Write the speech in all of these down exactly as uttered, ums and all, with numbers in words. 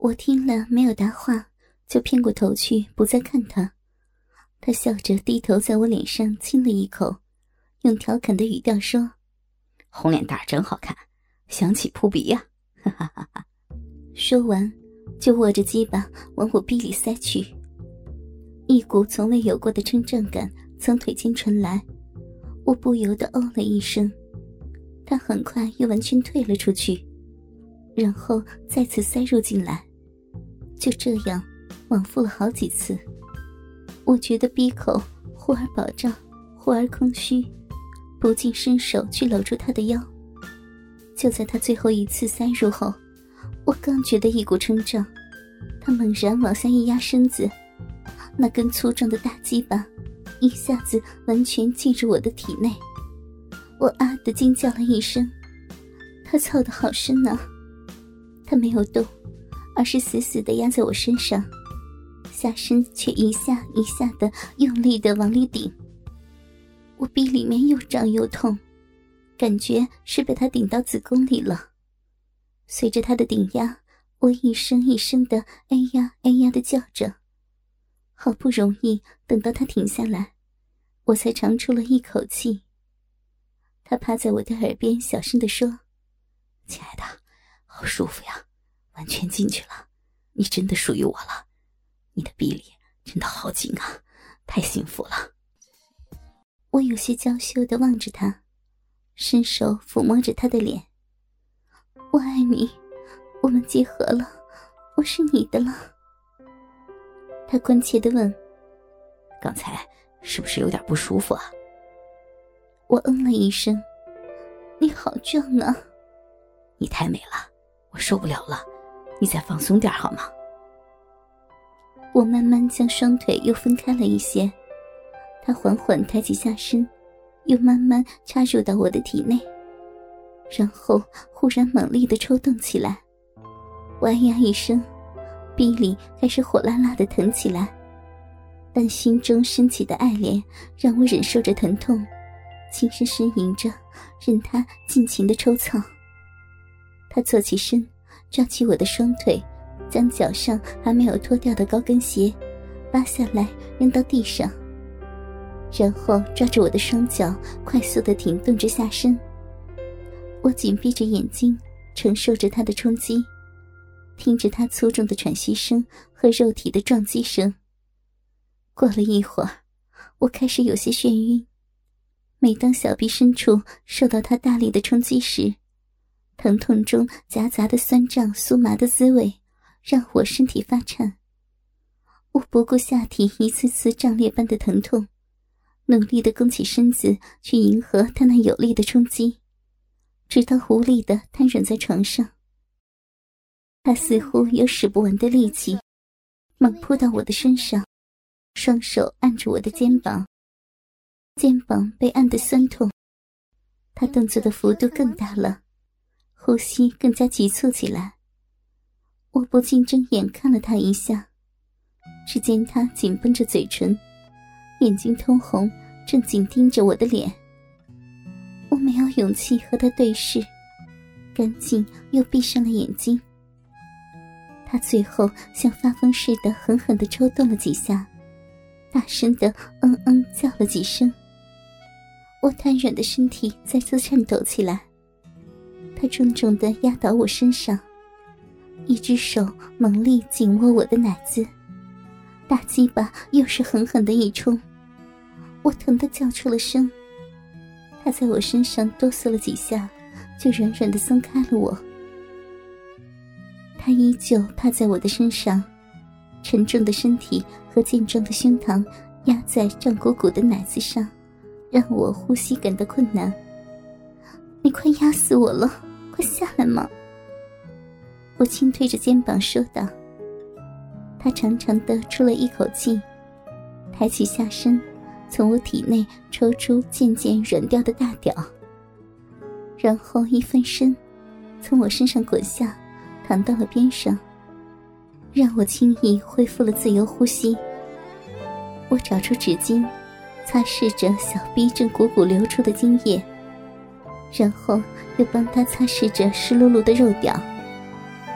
我听了没有答话，就偏过头去不再看他。他笑着低头在我脸上亲了一口，用调侃的语调说： 红脸蛋真好看，香气扑鼻呀、啊！哈哈哈哈。 说完就握着鸡巴往我逼里塞去，一股从未有过的撑胀感从腿间传来，我不由得哦了一声。他很快又完全退了出去，然后再次塞入进来，就这样往复了好几次。我觉得闭口忽而饱胀，忽而空虚，不禁伸手去搂住他的腰。就在他最后一次塞入后，我刚觉得一股撑胀，他猛然往下一压身子，那根粗壮的大鸡巴一下子完全进入我的体内。我啊地惊叫了一声，他操得好深啊！他没有动，而是死死地压在我身上，下身却一下一下地用力地往里顶。我逼里面又胀又痛，感觉是被他顶到子宫里了。随着他的顶压，我一声一声的哎呀哎呀的叫着。好不容易等到他停下来，我才长出了一口气。他趴在我的耳边小声地说：亲爱的，好舒服呀，完全进去了，你真的属于我了，你的臂里真的好紧啊，太幸福了。我有些娇羞地望着他，伸手抚摸着他的脸。我爱你，我们结合了，我是你的了。他关切地问： 刚才是不是有点不舒服啊？ 我嗯了一声。你好壮啊。 你太美了，我受不了了，你再放松点好吗？ 我慢慢将双腿又分开了一些，他缓缓抬起下身，又慢慢插入到我的体内，然后忽然猛力地抽动起来。我哎呀一声，逼里开始火辣辣地疼起来，但心中升起的爱怜让我忍受着疼痛，轻声呻吟着，任他尽情地抽操。他坐起身，抓起我的双腿，将脚上还没有脱掉的高跟鞋扒下来扔到地上，然后抓着我的双脚快速地停动着下身。我紧闭着眼睛，承受着他的冲击，听着他粗重的喘息声和肉体的撞击声。过了一会儿，我开始有些眩晕。每当小臂深处受到他大力的冲击时，疼痛中夹杂的酸胀酥麻的滋味让我身体发颤。我不顾下体一次次胀裂般的疼痛，努力地弓起身子去迎合他那有力的冲击，直到无力地瘫软在床上。他似乎有使不完的力气，猛扑到我的身上，双手按住我的肩膀，肩膀被按得酸痛。他动作的幅度更大了，呼吸更加急促起来。我不禁睁眼看了他一下，只见他紧绷着嘴唇，眼睛通红，正紧盯着我的脸。我没有勇气和他对视，赶紧又闭上了眼睛。他最后像发疯似的狠狠地抽动了几下，大声地嗯嗯叫了几声。我瘫软的身体再次颤抖起来，他重重地压倒我身上，一只手猛力紧握我的奶子，大鸡巴又是狠狠的一冲，我疼得叫出了声。他在我身上哆嗦了几下，就软软地松开了我。他依旧趴在我的身上，沉重的身体和健壮的胸膛压在胀鼓鼓的奶子上，让我呼吸感到困难。你快压死我了，快下来嘛！我轻推着肩膀说道。他长长地出了一口气，抬起下身，从我体内抽出渐渐软掉的大屌，然后一翻身，从我身上滚下，躺到了边上，让我轻易恢复了自由呼吸。我找出纸巾，擦拭着小臂正汩汩流出的精液，然后又帮他擦拭着湿漉漉的肉屌。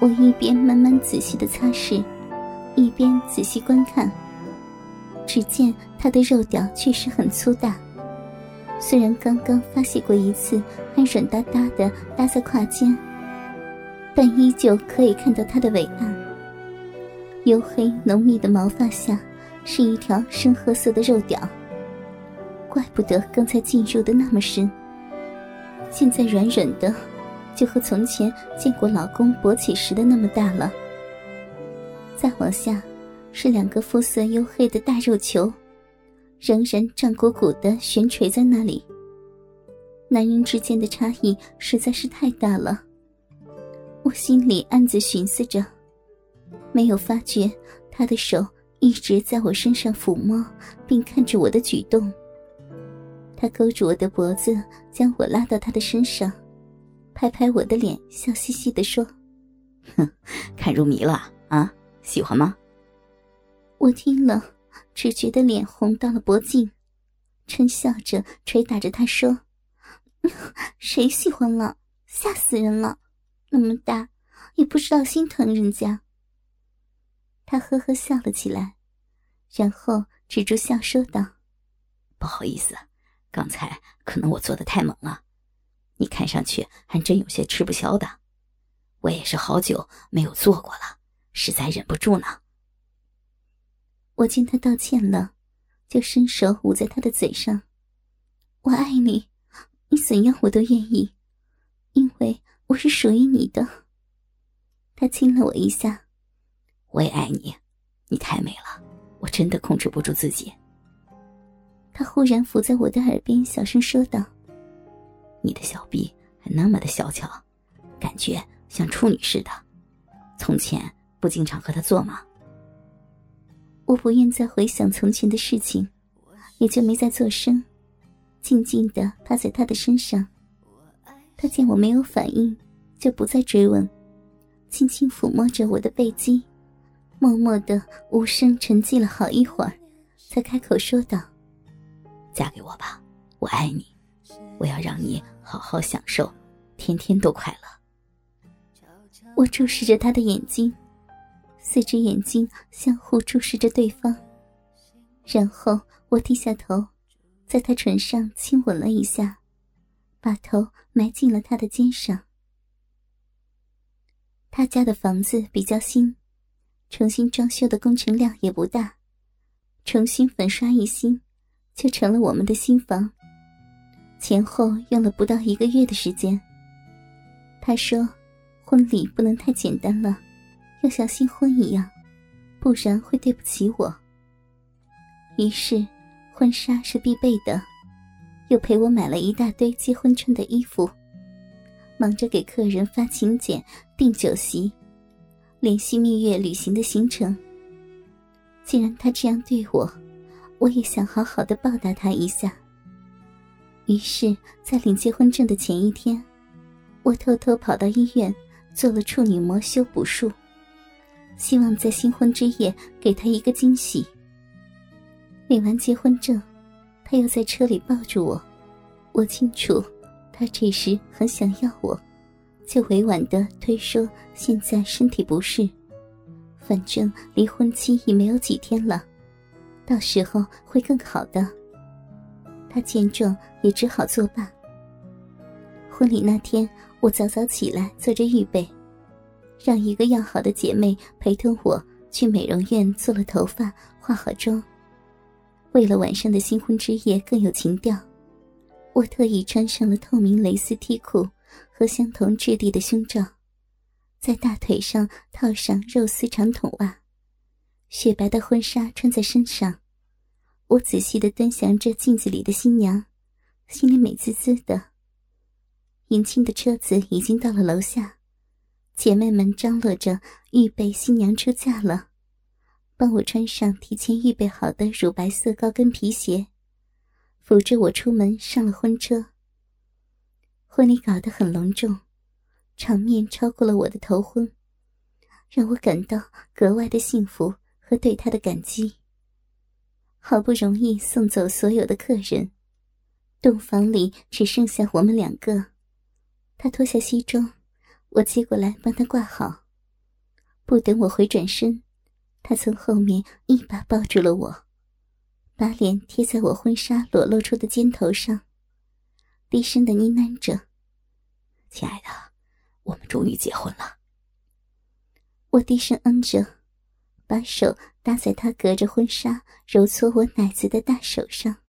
我一边慢慢仔细地擦拭，一边仔细观看。只见他的肉屌确实很粗大，虽然刚刚发泄过一次，还软哒哒地搭在胯间，但依旧可以看到他的尾岸。黝黑浓密的毛发下是一条深褐色的肉屌，怪不得刚才进入的那么深，现在软软的，就和从前见过老公勃起时的那么大了。再往下是两个肤色黝黑的大肉球，仍然胀鼓鼓地悬垂在那里。男人之间的差异实在是太大了，我心里暗自寻思着，没有发觉他的手一直在我身上抚摸，并看着我的举动。他勾住我的脖子，将我拉到他的身上，拍拍我的脸，笑嘻嘻地说： 哼，看入迷了啊，喜欢吗？ 我听了只觉得脸红到了脖颈，嗔笑着捶打着他说：谁喜欢了，吓死人了，那么大也不知道心疼人家。他呵呵笑了起来，然后止住笑说道： 不好意思，刚才可能我做得太猛了，你看上去还真有些吃不消的，我也是好久没有做过了，实在忍不住呢。 我见他道歉了，就伸手捂在他的嘴上。我爱你，你怎样我都愿意，因为我是属于你的。他亲了我一下。 我也爱你，你太美了，我真的控制不住自己。 他忽然伏在我的耳边小声说道： 你的小臂还那么的小巧，感觉像处女似的，从前不经常和他做吗？ 我不愿再回想从前的事情，也就没再作声，静静地趴在他的身上。他见我没有反应，就不再追问，轻轻抚摸着我的背肌，默默地无声沉寂了好一会儿，才开口说道： 嫁给我吧，我爱你，我要让你好好享受，天天都快乐。 我注视着他的眼睛，四只眼睛相互注视着对方，然后我低下头，在他唇上亲吻了一下，把头埋进了他的肩上。他家的房子比较新，重新装修的工程量也不大，重新粉刷一新就成了我们的新房，前后用了不到一个月的时间。他说婚礼不能太简单了，要像新婚一样，不然会对不起我。于是婚纱是必备的，又陪我买了一大堆结婚穿的衣服，忙着给客人发请柬、订酒席，联系蜜月旅行的行程。既然他这样对我，我也想好好的报答他一下。于是在领结婚证的前一天，我偷偷跑到医院做了处女膜修补术，希望在新婚之夜给他一个惊喜。领完结婚证，他又在车里抱住我，我清楚他这时很想要我，就委婉地推说现在身体不适，反正离婚期也没有几天了，到时候会更好的。他见状也只好作罢。婚礼那天，我早早起来做着预备，让一个要好的姐妹陪同我去美容院做了头发，化好妆。为了晚上的新婚之夜更有情调，我特意穿上了透明蕾丝 T 裤和相同质地的胸罩，在大腿上套上肉丝长筒袜，雪白的婚纱穿在身上。我仔细地端详着镜子里的新娘，心里美滋滋的。迎亲的车子已经到了楼下，姐妹们张罗着预备新娘出嫁了，帮我穿上提前预备好的乳白色高跟皮鞋，扶着我出门上了婚车。婚礼搞得很隆重，场面超过了我的头婚，让我感到格外的幸福和对他的感激。好不容易送走所有的客人，洞房里只剩下我们两个。他脱下西装，我接过来帮他挂好。 不等我回转身，他从后面一把抱住了我，把脸贴在我婚纱裸露出的肩头上，低声的呢喃着： 亲爱的，我们终于结婚了。 我低声嗯着，把手搭在他隔着婚纱揉搓我奶子的大手上。